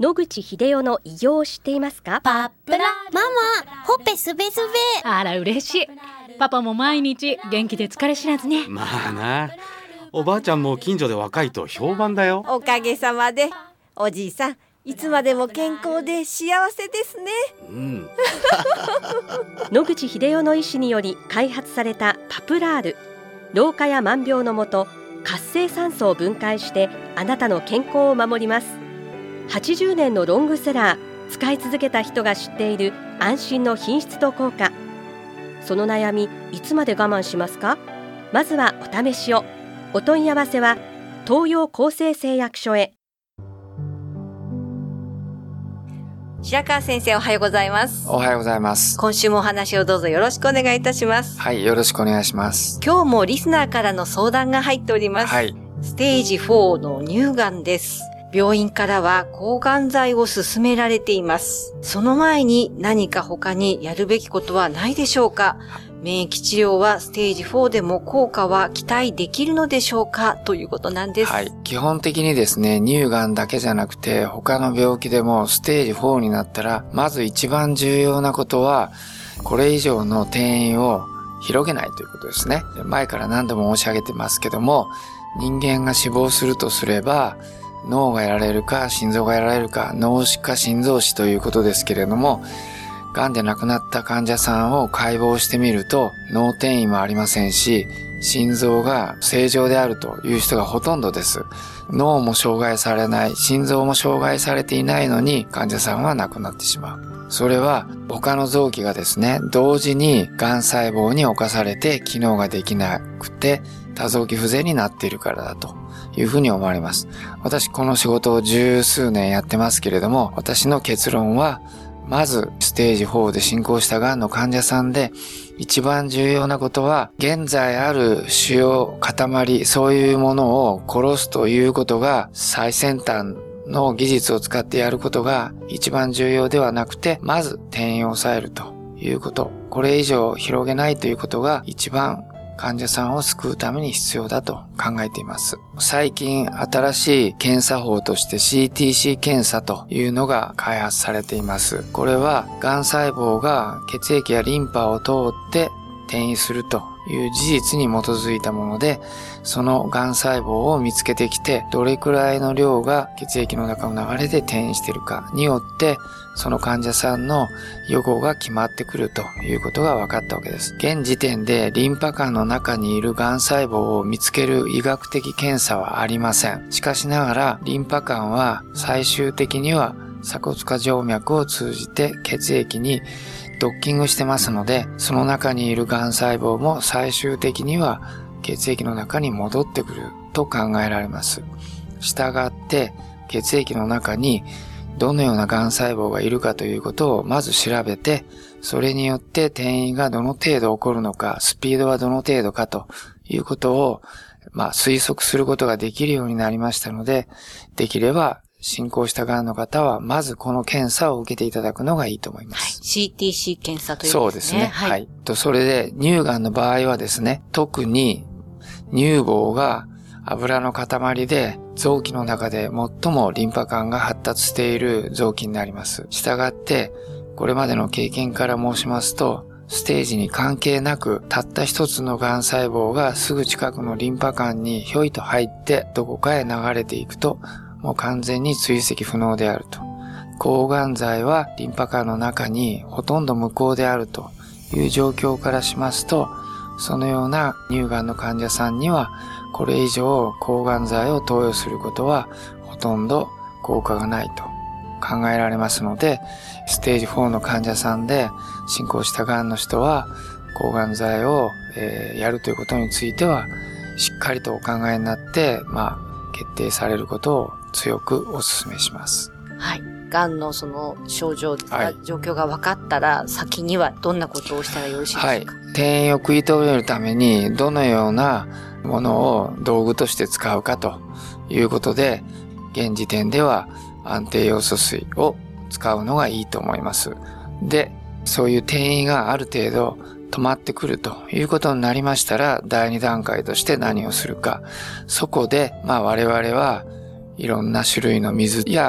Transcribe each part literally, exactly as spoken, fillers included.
野口英世の偉業を知っていますか？ パプラママ、ほっぺすべすべ。 あら嬉しい。パパも毎日元気で疲れ知らずね。 まあな、おばあちゃんも近所で若いと評判だよ。 おかげさまで。おじいさん、いつまでも健康で幸せですね。 うん野口英世の医師により開発されたパプラール。老化や万病のもと、活性酸素を分解してあなたの健康を守ります。はちじゅうねんのロングセラー、使い続けた人が知っている安心の品質と効果。その悩み、いつまで我慢しますか？まずはお試しを。お問い合わせは東洋厚生製薬所へ。 白川先生、おはようございます。 おはようございます。 今週もお話をどうぞよろしくお願いいたします。 はい、よろしくお願いします。 今日もリスナーからの相談が入っております。 はい。 ステージフォーの乳がんです。病院からは抗がん剤を勧められています。その前に何か他にやるべきことはないでしょうか？免疫治療はステージフォーでも効果は期待できるのでしょうか？ということなんです。 はい。基本的にですね、乳がんだけじゃなくて他の病気でもステージフォーになったら、まず一番重要なことはこれ以上の転移を広げないということですね。前から何度も申し上げてますけども、人間が死亡するとすれば脳がやられるか心臓がやられるか、脳死か心臓死ということですけれども、がんで亡くなった患者さんを解剖してみると脳転移もありませんし、心臓が正常であるという人がほとんどです。脳も障害されない、心臓も障害されていないのに患者さんは亡くなってしまう。それは他の臓器がですね、同時にがん細胞に侵されて機能ができなくて多臓器不全になっているからだというふうに思われます。私この仕事を十数年やってますけれども、私の結論は、まずステージフォーで進行したがんの患者さんで一番重要なことは、現在ある腫瘍、塊、そういうものを殺すということが最先端の技術を使ってやることが一番重要ではなくて、まず転移を抑えるということ、これ以上広げないということが一番患者さんを救うために必要だと考えています。最近新しい検査法として シーティーシー 検査というのが開発されています。これはがん細胞が血液やリンパを通って転移するという事実に基づいたもので、そのがん細胞を見つけてきて、どれくらいの量が血液の中の流れで転移しているかによって、その患者さんの予後が決まってくるということが分かったわけです。現時点でリンパ管の中にいるがん細胞を見つける医学的検査はありません。しかしながらリンパ管は最終的には鎖骨下静脈を通じて血液にドッキングしてますので、その中にいるがん細胞も最終的には血液の中に戻ってくると考えられます。したがって血液の中にどのようながん細胞がいるかということをまず調べて、それによって転移がどの程度起こるのか、スピードはどの程度かということを、まあ推測することができるようになりましたので、できれば進行したがんの方はまずこの検査を受けていただくのがいいと思います。はい、 シーティーシー 検査ということですね。 そうですね。はい。はい、とそれで乳がんの場合はですね、特に乳房が油の塊で臓器の中で最もリンパ管が発達している臓器になります。したがってこれまでの経験から申しますと、ステージに関係なくたった一つのがん細胞がすぐ近くのリンパ管にひょいと入ってどこかへ流れていくと、もう完全に追跡不能であると。抗がん剤はリンパ管の中にほとんど無効であるという状況からしますと、そのような乳がんの患者さんにはこれ以上抗がん剤を投与することはほとんど効果がないと考えられますので、ステージフォーの患者さんで進行したがんの人は抗がん剤を、えー、やるということについてはしっかりとお考えになって、まあ、決定されることを強くお勧めします。 はい。がんのその症状、 はい、 状況が分かったら先にはどんなことをしたらよろしいでしょうか？はい。 転移を食い止めるためにどのようなものを道具として使うかということで、現時点では安定ヨウ素水を使うのがいいと思います。で、そういう転移がある程度止まってくるということになりましたら、だいに段階として何をするか。そこで、まあ我々はいろんな種類の水や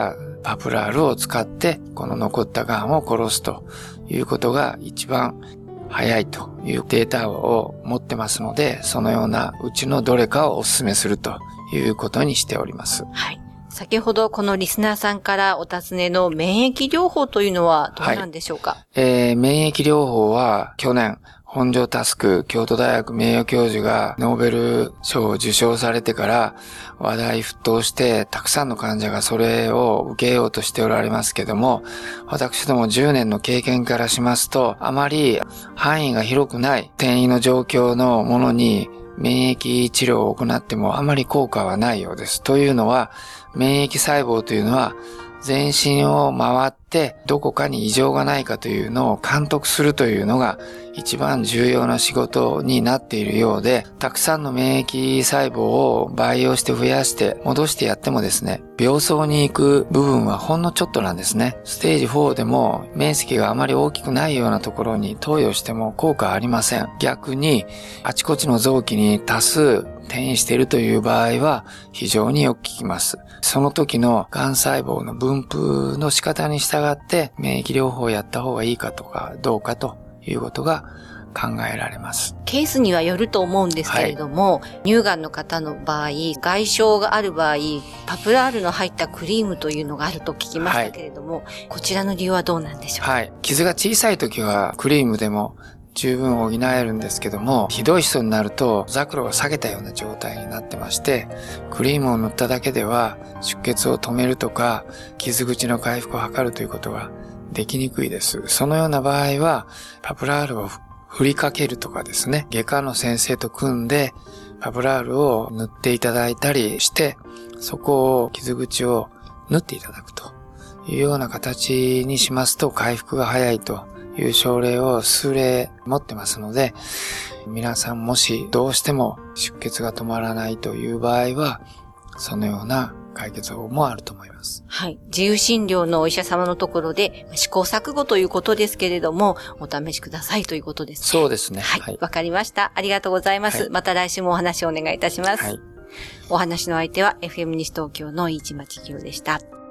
パプラールを使ってこの残った癌を殺すということが一番早いというデータを持ってますので、そのようなうちのどれかをお勧めするということにしております。 はい。先ほどこのリスナーさんからお尋ねの免疫療法というのはどうなんでしょうか？はい、 えー、免疫療法は去年、本庄佑京都大学名誉教授がノーベル賞を受賞されてから話題沸騰して、たくさんの患者がそれを受けようとしておられますけども、私どもじゅうねんの経験からしますと、あまり範囲が広くない転移の状況のものに免疫治療を行ってもあまり効果はないようです。というのは、免疫細胞というのは全身を回ってどこかに異常がないかというのを監督するというのが一番重要な仕事になっているようで、たくさんの免疫細胞を培養して増やして戻してやってもですね、病巣に行く部分はほんのちょっとなんですね。ステージフォーでも面積があまり大きくないようなところに投与しても効果ありません。逆にあちこちの臓器に多数転移しているという場合は非常によく効きます。その時の癌細胞の分布の仕方に従って免疫療法をやった方がいいかとかどうかということが考えられます。 ケースにはよると思うんですけれども、はい、乳がんの方の場合、外傷がある場合、パプラールの入ったクリームというのがあると聞きましたけれども、はい、こちらの理由はどうなんでしょうか？ はい。傷が小さい時はクリームでも十分補えるんですけども、ひどい人になるとザクロが裂けたような状態になってまして、クリームを塗っただけでは出血を止めるとか傷口の回復を図るということができにくいです。そのような場合はパプラールを振りかけるとかですね、外科の先生と組んでパプラールを塗っていただいたりして、そこを傷口を縫っていただくというような形にしますと回復が早いという症例を数例持ってますので、皆さんもしどうしても出血が止まらないという場合はそのような解決法もあると思います。 はい。自由診療のお医者様のところで試行錯誤ということですけれども、お試しくださいということですね。 そうですね。 はい。わ、はい、かりました。ありがとうございます。はい、また来週もお話をお願いいたします。はい。お話の相手は エフエム 西東京の飯島千尋でした。